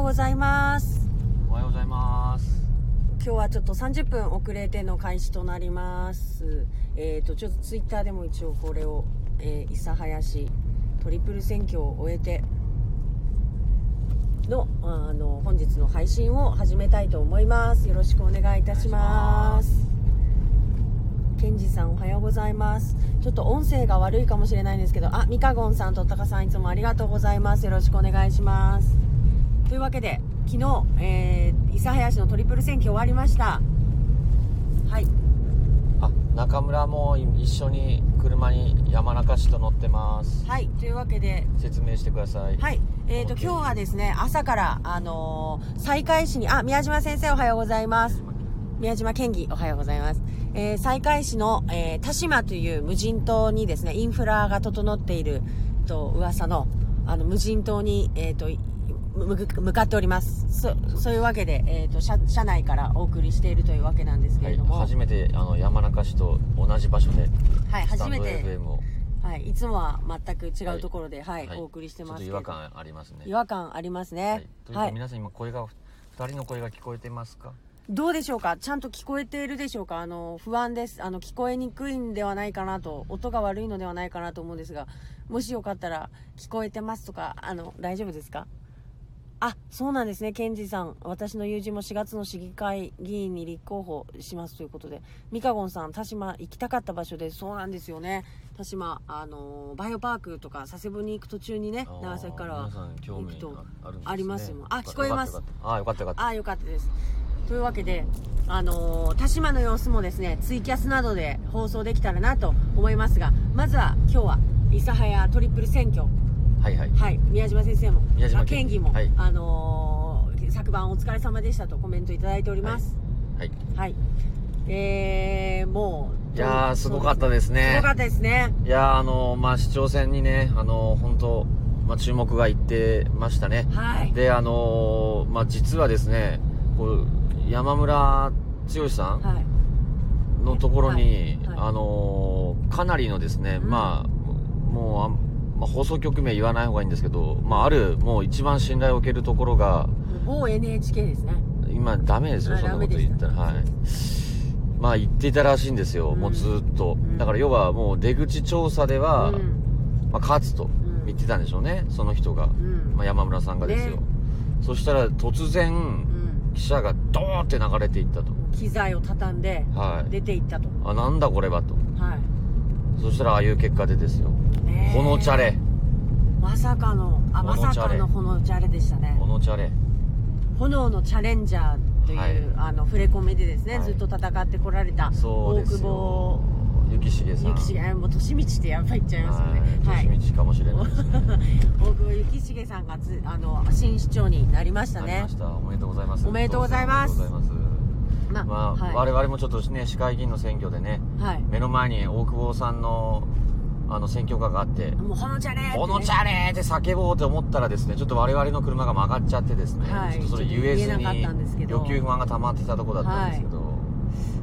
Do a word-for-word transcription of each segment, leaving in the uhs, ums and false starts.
ございます。 おはようございます。 今日はちょっとさんじゅっぷん遅れての開始となります。えーとちょっとツイッターでも一応これを、えー、諫早市トリプル選挙を終えてのあの本日の配信を始めたいと思います。よろしくお願いいたします。ケンジさんおはようございます。ちょっと音声が悪いかもしれないんですけど、あ、ミカゴンさんとったかさんいつもありがとうございます。よろしくお願いします。というわけで昨日、えー、諫早市のトリプル選挙終わりました。はい。 あ、中村も一緒に車に山中市と乗ってます。 はい。というわけで説明してください。 はい。えーと今日はですね、朝からあのー、西海市にあ宮島先生おはようございます。宮島県議おはようございます。えー、西海市の、えー、田島という無人島にですね、インフラが整っていると噂のあの無人島にえーと向かっております。 そ, そういうわけで、えー、と 車, 車内からお送りしているというわけなんですけれども、 はい、初めてあの山中市と同じ場所ではい初めてエフエム を、 はい、いつもは全く違うところで、はいはい、お送りしてますけど、 ちょっと違和感ありますね。 違和感ありますね。はい、 というか、皆さん今声がふたりの声が聞こえてますか？ どうでしょうか。ちゃんと聞こえているでしょうか。あの不安です。あの聞こえにくいんではないかなと、音が悪いのではないかなと思うんですが、もしよかったら聞こえてますとか、あの大丈夫ですか？あ、そうなんですね。ケンジさん、私の友人もしがつの市議会議員に立候補しますということで、ミカゴンさん、田島行きたかった場所で、そうなんですよね。田島、あのバイオパークとか佐世保に行く途中にね、長崎からは行くとありますよ。あ、聞こえます。 あ、よかったよかった。 あ、よかったです。というわけで、あのー、田島の様子もですね、ツイキャスなどで放送できたらなと思いますが、まずは今日は諫早トリプル選挙、 はいはい、 はい、宮島先生も宮島県議も、 はい、 あのー、昨晩お疲れ様でしたとコメントいただいております。はい、はい、えー、もういやーすごかったですね。 すごかったですね。 いやーあのー、まあ市長選にね、あのー、本当まあ注目がいってましたね。 はい。 であのー、まあ実はですね、こう山村剛さんのところに、はいはいはい、あのー、かなりのですね、うん、まあもうあ、まあ、放送局名言わない方がいいんですけど、まあ、あるもう一番信頼を受けるところが某 エヌエイチケー ですね。 今ダメですよ、そんなこと言ったら、はい、まあ言っていたらしいんですよ、うん、もうずっと、うん、だから要はもう出口調査では、うん、まあ、勝つと言ってたんでしょうね、その人が、まあ、山村さんがですよ、ね、そしたら突然記者がドーンって流れていったと、 機材を畳んで出ていったと、 はい、あ、なんだこれはと、はい、そしたらああいう結果でですよ、ほのチャレ、 まさかのあまさかのほのチャレでしたね。 ほのチャレ、 炎のチャレンジャーという、はい、あの触れ込みでですね、はい、ずっと戦ってこられた大久保幸重さん、 幸重、もう年道ってやっぱり言っちゃいますよね、 はい、年道かもしれないですね大久保幸重さんがつあの新市長になりましたね。 なりました。おめでとうございます。 おめでとうございます。 まあ、まあ、はい、我々もちょっとね市会議員の選挙でね、はい、目の前に大久保さんのあの選挙カーがあって、 もうほのチャレーって、ね、 ほのチャレーって叫ぼうと思ったらですね、ちょっと我々の車が曲がっちゃってですね、はい、ちょっとそれ言えずに欲求不安が溜まってたところだったんですけど、はい、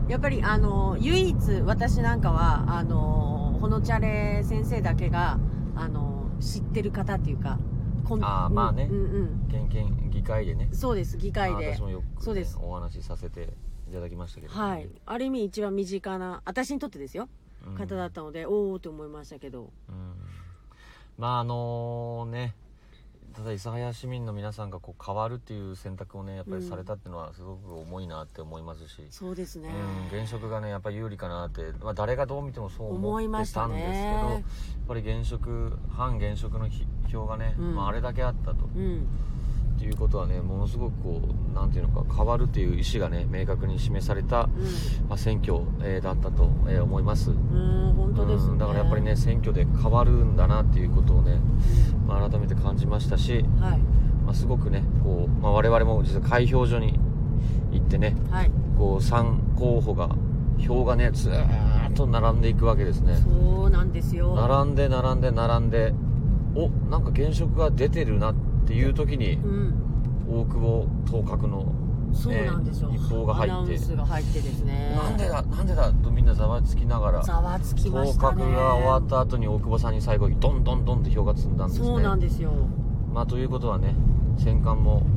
やっぱりあの唯一私なんかはあのほのチャレ先生だけがあの知ってる方っていうか、 ああまあね、うんうん、県県議会でね、 そうです議会で、 私もよく、ね、 そうですお話しさせていただきましたけど、ね、 はい、ある意味一番身近な私にとってですよ、方だったので、うん、おおと思いましたけど、うん、 まああのね、ただ諫早市民の皆さんがこう変わるっていう選択をねやっぱりされたっていうのはすごく重いなって思いますし、うん、 そうですね、 うん、現職がねやっぱり有利かなって、まあ、誰がどう見てもそう思ってたんですけど、ね、やっぱり現職反現職の票がね、うんまあ、あれだけあったと、うんっていうことはね、ものすごくこうなんていうのか変わるっていう意思がね明確に示された、うんまあ、選挙、えー、だったと、えー、思います。 うん本当ですね、うん、 だからやっぱりね選挙で変わるんだなっていうことをね、うんまあ、改めて感じましたし、はいまあ、すごくねこう、まあ、我々も実は開票所に行ってね、はい、こうさん候補が票がねずーっと並んでいくわけですね。 そうなんですよ。 並んで並んで並んで、おなんか現職が出てるなっていう時に、うん、大久保当確の、ね、 そうなんですよ、 一報が入って、アナウンスが入ってですね、 なんでだなんでだとみんなざわつきながら、 ざわつきましたね。 当確が終わった後に大久保さんに最後にドンドンドンって票が積んだんですね。 そうなんですよ。 まあということはね、選管も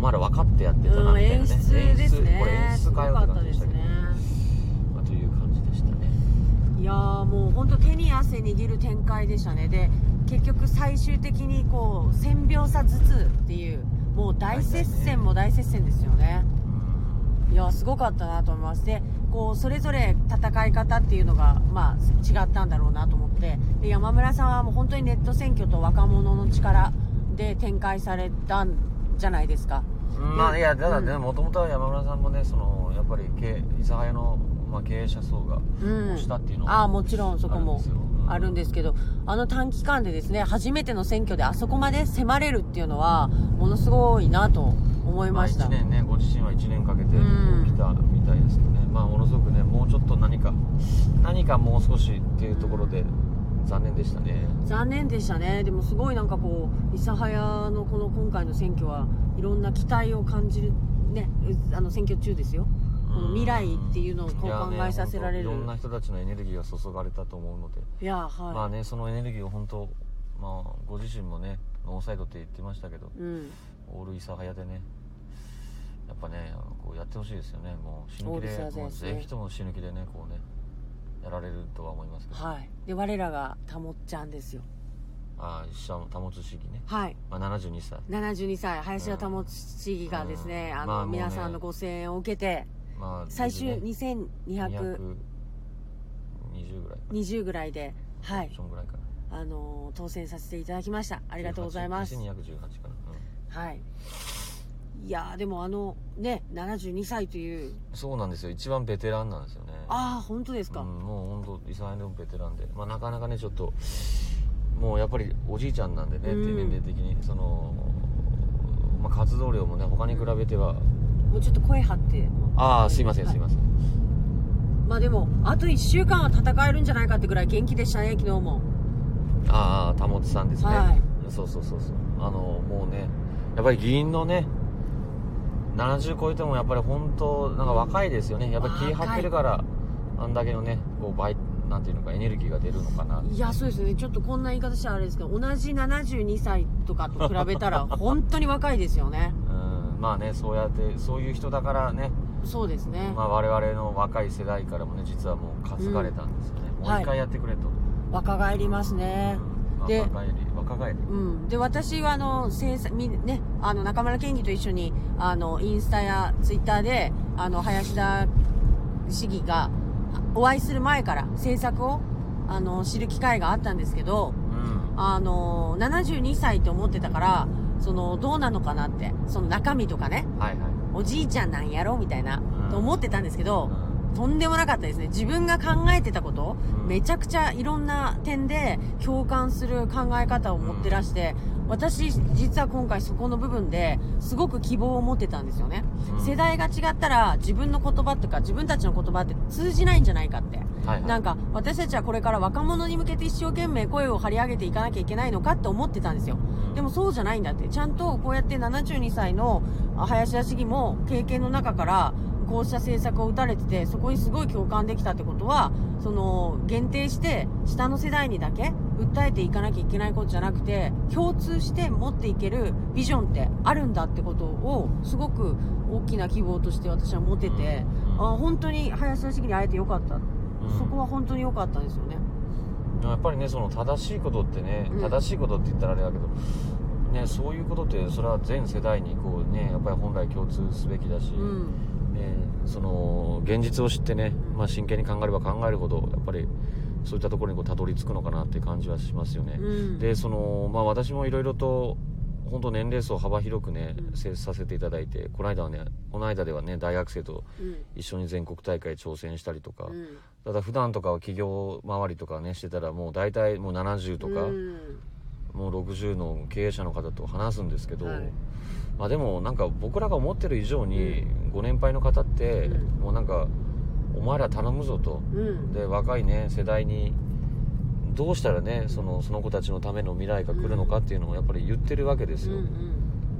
まだ分かってやってたなみたいなね、 うん、演出ですね。 これ演出かよって感じでしたけど、 ね、 まあ、という感じでしたね。 いやーもう本当手に汗握る展開でしたね。で結局最終的にこうせんびょう差ずつっていうもう大接戦も大接戦ですよね。いやすごかったなと思います。でこうそれぞれ戦い方っていうのが、まあ、違ったんだろうなと思って、で山村さんはもう本当にネット選挙と若者の力で展開されたんじゃないですか。 まあいやだからね、もともとは山村さんもねそのやっぱり諫早の、まあ、経営者層が推したっていうのは、うん、 ああもちろんそこもあるんですけど、あの短期間でですね初めての選挙であそこまで迫れるっていうのはものすごいなと思いました。 まあ、いちねんねご自身はいちねんかけて来たみたいですけどね、うん、まあものすごくねもうちょっと何か何かもう少しっていうところで残念でしたね。 残念でしたね。でもすごいなんかこう諫早のこの今回の選挙はいろんな期待を感じるね、あの選挙中ですよ。この未来っていうのをこう考えさせられる、 いや、ね、いろんな人たちのエネルギーが注がれたと思うので、 いや、はい、 まあねそのエネルギーを本当、まあ、ご自身もねノーサイドって言ってましたけど、うん、オール諫早でねやっぱねこうやってほしいですよね。もう死ぬ気で、もうぜひとも死ぬ気でねこうねやられるとは思いますけど、 はい、で我らがたもっちゃんですよ。 ああ一社の保つ市議ね、 はい、 まあ、ななじゅうにさいななじゅうにさい林家保市議がですね、うん、あの、まあね、皆さんのご声援を受けて、まあ、最終にせんにひゃくにじゅうぐらいにじゅうぐらいで、はい、 そんぐらいかな、あの当選させていただきました。ありがとうございます。 にせんにひゃくじゅうはちかな、うん、 はい。いやでもあのねななじゅうにさいという、 そうなんですよ、一番ベテランなんですよね。 ああ本当ですか。 うん、もう本当諫早のベテランで、まあ、なかなかねちょっともうやっぱりおじいちゃんなんでね、うん、年齢的にその、まあ、活動量もね他に比べては、うん、 もうちょっと声張って、 ああすいませんすいません、はい、 まあでもあといっしゅうかんは戦えるんじゃないかってぐらい元気でしたね昨日も。 ああ保さんですね、 はい、 そうそうそうそう、あのもうねやっぱり議員のねななじゅう超えてもやっぱり本当なんか若いですよね。やっぱり気張ってるからあんだけのねこう倍なんていうのかエネルギーが出るのかな。 いやそうですね、ちょっとこんな言い方したらあれですけど同じななじゅうにさいとかと比べたら本当に若いですよね。 うん、まあねそうやってそういう人だからね、 そうですね、 まあ、我々の若い世代からもね実はもう担がれたんですよね、うん、もう一回やってくれと、はい、 若返りますね、 うん、で若返り若返り、 うん、で私はあの制作み、ね、あの中村県議と一緒にあのインスタやツイッターであの林田市議がお会いする前から政策をあの知る機会があったんですけど、うん、あのななじゅうにさいと思ってたからそのどうなのかなってその中身とかね、はいはい、おじいちゃんなんやろみたいな、うん、と思ってたんですけど、うん、とんでもなかったですね。自分が考えてたこと、うん、めちゃくちゃいろんな点で共感する考え方を持ってらして、うん、私実は今回そこの部分ですごく希望を持ってたんですよね、うん、世代が違ったら自分の言葉とか自分たちの言葉って通じないんじゃないかって、はいはい、なんか私たちはこれから若者に向けて一生懸命声を張り上げていかなきゃいけないのかって思ってたんですよ。でもそうじゃないんだって、ちゃんとこうやってななじゅうにさいの林田市議も経験の中からこうした政策を打たれててそこにすごい共感できたってことはその限定して下の世代にだけ訴えていかなきゃいけないことじゃなくて共通して持っていけるビジョンってあるんだってことをすごく大きな希望として私は持ってて、あ本当に林田市議に会えてよかった、うん、そこは本当に良かったですよね。 やっぱりねその正しいことってね、うん、正しいことって言ったらあれだけどね、そういうことってそれは全世代にこうねやっぱり本来共通すべきだし、うんね、その現実を知ってね、まあ、真剣に考えれば考えるほどやっぱりそういったところにこうたどり着くのかなっていう感じはしますよね、うん、でその、まあ、私もいろいろと本当年齢層幅広くね、うん、接させていただいてこの間はねこの間ではね大学生と一緒に全国大会挑戦したりとか、うん、ただ普段とかは企業周りとかねしてたらもう大体もうななじゅうとか、うん、もうろくじゅうの経営者の方と話すんですけど、はい、まあ、でもなんか僕らが思ってる以上にご年配の方って、うん、もうなんかお前ら頼むぞと、うん、で若いね世代にどうしたらねその、その子たちのための未来が来るのかっていうのをやっぱり言ってるわけですよ、うんうん、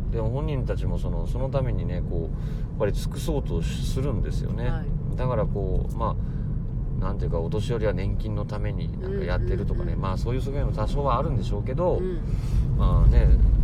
でも本人たちもその、そのためにねこうやっぱり尽くそうとするんですよね、はい、だからこうまあなんていうかお年寄りは年金のためになんかやってるとかね、うんうんうん、まあそういう側面も多少はあるんでしょうけど、うん、まあねお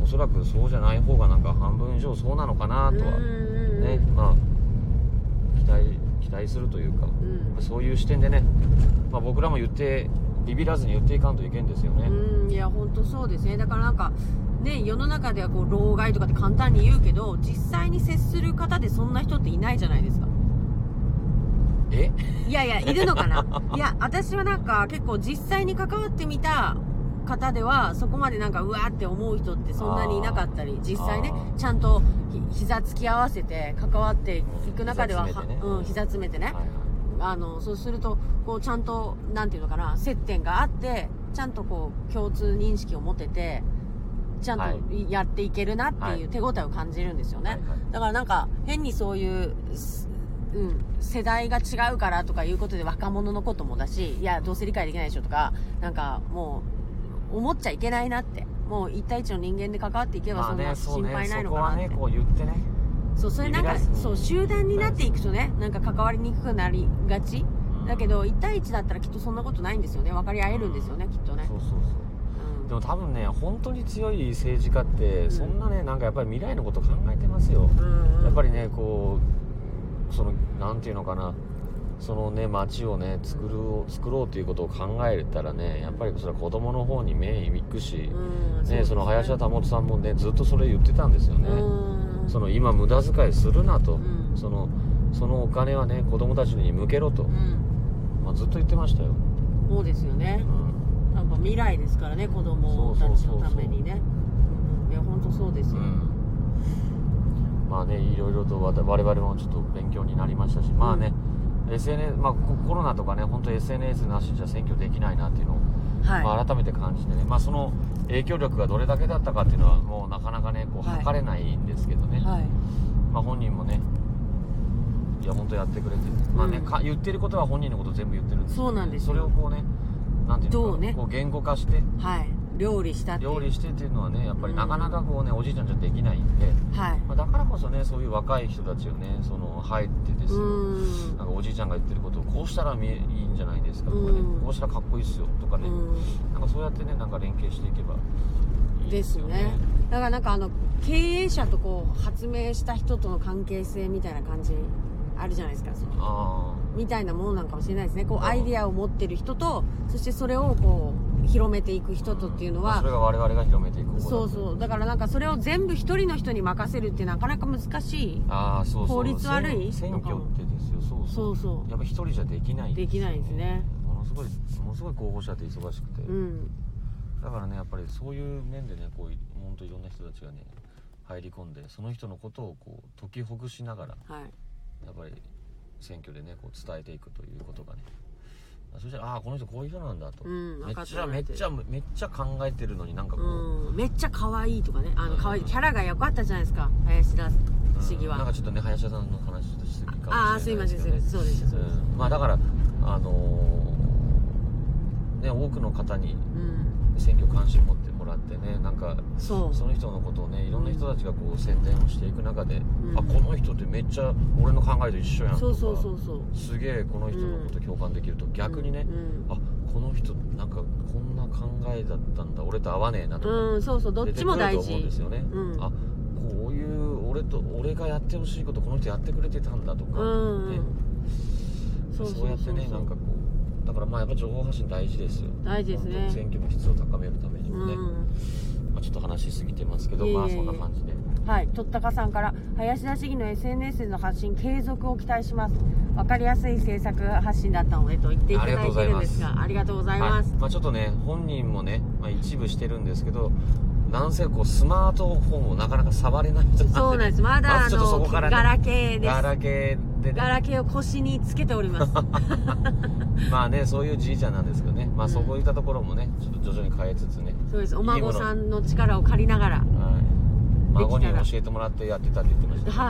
そらくそうじゃない方がなんか半分以上そうなのかなとはね、まあ期待期待するというか、うん、そういう視点でね、まあ、僕らも言ってビビらずに言っていかんといけんですよね。 うん、いや本当そうですね。だからなんかね、世の中ではこう老害とかって簡単に言うけど、実際に接する方でそんな人っていないじゃないですか。 えいやいやいるのかな。いや私はなんか結構実際に関わってみた方ではそこまでなんかうわーって思う人ってそんなにいなかったり、実際ねちゃんとひ膝つき合わせて関わっていく中では、膝詰めてね、うん、膝詰めてね、はいはい、あのそうするとこうちゃんとなんていうのかな、接点があってちゃんとこう共通認識を持ててちゃんとやっていけるなっていう手応えを感じるんですよね、はいはいはい、だからなんか変にそういううん、世代が違うからとかいうことで若者のこともだし、いやどうせ理解できないでしょとかなんかもう思っちゃいけないなって、もう一対一の人間で関わっていけばそんな心配ないのかなって、 まあね、そこはねこう言ってね、 そうそれなんかそう集団になっていくとねなんか関わりにくくなりがちだけど、いち対いちだったらきっとそんなことないんですよね。分かり合えるんですよね、きっとね。 そうそうそう、うん、でも多分ね本当に強い政治家ってそんなね、うん、なんかやっぱり未来のこと考えてますよ、うんうん、やっぱりねこうそのなんていうのかな、そのね街をね作る作ろうということを考えたらね、やっぱりそれは子供の方に目いくし、うん、ね、その林家たもとさんもねずっとそれ言ってたんですよね、うん、その今無駄遣いするなと、うん、そのそのお金はね子供たちに向けろと、うん、まあ、ずっと言ってましたよ。 そうですよね、うん、なんか未来ですからね、子供たちのためにね。いや本当そうですよ、うん、 まあね、いろいろと我々もちょっと勉強になりましたし、まあね、うん、エスエヌエス、まあ、コロナとかね、本当 エスエヌエス なしじゃ選挙できないなっていうのを、はい、まあ、改めて感じてね、まあ、その影響力がどれだけだったかっていうのはもうなかなかねこう測れないんですけどね、はい、まあ、本人もねいや本当やってくれて、まあね、うん、か言ってることは本人のこと全部言ってるんですけど、ね、そうなんですよ。それをこうね、なんていうのか、ね、こう言語化して、 はい、料理したって料理してっていうのはねやっぱりなかなかこうね、うん、おじいちゃんじゃできないんで、はい、まあ、だからこそねそういう若い人たちをねその入ってですよ、なんかおじいちゃんが言ってることをこうしたらいいんじゃないですかとかね、こうしたらかっこいいっすよとかね、なんかそうやってねなんか連携していけばいいですよね。ですね。 だからなんかあの経営者とこう発明した人との関係性みたいな感じあるじゃないですか、そのあみたいなものなんかもしれないですね。こうアイディアを持ってる人と、そしてそれをこう広めていく人とっていうのは、うん、 それが我々が広めていく。 そうそう、だからなんかそれを全部一人の人に任せるってなかなか難しい。ああ、そうそう、効率悪い選挙ってですよ。そうそうそうそう、やっぱ一人じゃできないんですよね。 できないですね。 ものすごいものすごい候補者って忙しくて、うん、だからねやっぱりそういう面でねこう本当いろんな人たちがね入り込んでその人のことをこう解きほぐしながら、はい、やっぱり選挙でねこう伝えていくということがね、そしたらああこの人こういう人なんだと、うん、めっちゃめっちゃめっちゃ考えてるのになんかこう、 うん、めっちゃ可愛いとかね、あの可愛い、うん、キャラが良かったじゃないですか林田市議は、 うん、なんかちょっとね林田さんの話としすぎかもしれないですけど、ね、 ああすいません、そうですそうです、 うん、まあだからあのー、ね多くの方に選挙関心持ってもらってね、なんか そ, その人のことをねいろんな人たちがこう宣伝をしていく中で、うん、あこの人ってめっちゃ俺の考えと一緒やんとか、そうそうそうそう、すげえこの人のこと共感できると、うん、逆にね、うん、あこの人なんかこんな考えだったんだ俺と合わねえなとか、うん、そうそう、どっちも大事出てくると思うんですよね、うん、あこういう俺と俺がやってほしいことこの人やってくれてたんだとか、うんね、そうそうそうそう、そうやってねなんかこうだからまあやっぱ情報発信大事ですよ。 大事ですね。 選挙の質を高めるためにもね、うん、まあ、ちょっと話しすぎてますけど、まあそんな感じで、 はい、とったかさんから林田市議の エスエヌエス での発信継続を期待します、分かりやすい政策発信だったのでと言っていただいてるんですが、ありがとうございます、はい、 まあ、ちょっとね本人もね、まあ、一部してるんですけどなんせこうスマートフォンをなかなか触れないんじゃない、 そうなんです、まだあの、ね、ガラケーです、 ガラケーで、ね、 ガラケーを腰につけておりますまあねそういうじいちゃんなんですけどね、まあそういったところもねちょっと徐々に変えつつね、 そうです、お孫さんの力を借りながら、はい、 孫に教えてもらってやってたって言ってました、ね、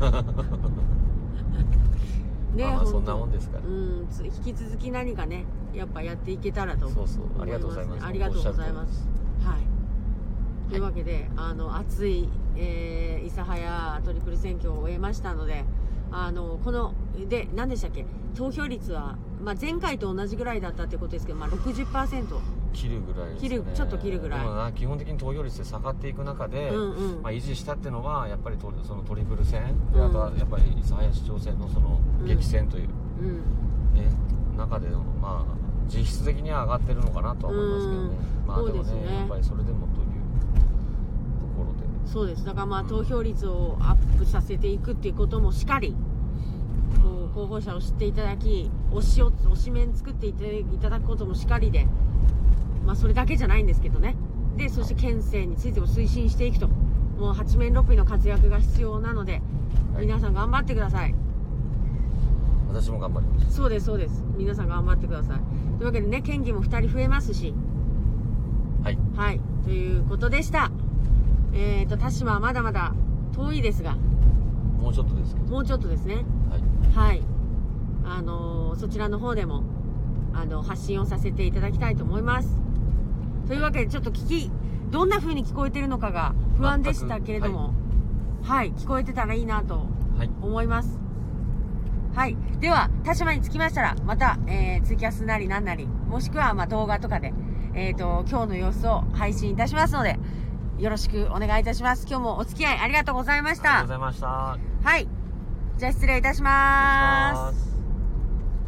はいね、まあまあそんなもんですから、うん、 引き続き何かねやっぱやっていけたらと思います、ね、 そうそう、ありがとうございます、 ありがとうございます、はい、というわけで、あの熱い、えー、諫早トリプル選挙を終えましたので、あのこので何でしたっけ、投票率は、まあ、前回と同じぐらいだったということですけど、まあ、ろくじゅっパーセント切るぐらいですね。 切るちょっと切るぐらい。 でもな基本的に投票率で下がっていく中で、うんうん、まあ、維持したっていうのはやっぱりとそのトリプル選、うん、あとはやっぱり諫早市長選のその激戦という、うんうんね、中でのまあ実質的には上がってるのかなとは思いますけどね、うん、まあでもねやっぱりそれでもというところで、 そうです。だからまあ投票率をアップさせていくっていうこともしかり、こう候補者を知っていただき推しを推し面作っていただくこともしかりで、まあそれだけじゃないんですけどね。でそして県政についても推進していくと、もう八面六臂の活躍が必要なので、はい、皆さん頑張ってください。 私も頑張ります。 そうですそうです、皆さん頑張ってください。というわけでね、県議もふたり増えますし、 はいはいということでした。えーと田島はまだまだ遠いですが、 もうちょっとですけど、 もうちょっとですね、はい、はい、あのー、そちらの方でもあの発信をさせていただきたいと思います。というわけでちょっと聞きどんな風に聞こえてるのかが不安でしたけれども、はい、はい、聞こえてたらいいなと思います。はい、はい、では田島につきましたらまた、えー、ツイキャスなりなんなり、もしくはまあ動画とかで、えーと今日の様子を配信いたしますので、よろしくお願いいたします。今日もお付き合いありがとうございました。 ありがとうございました。 はい、じゃあ失礼いたします。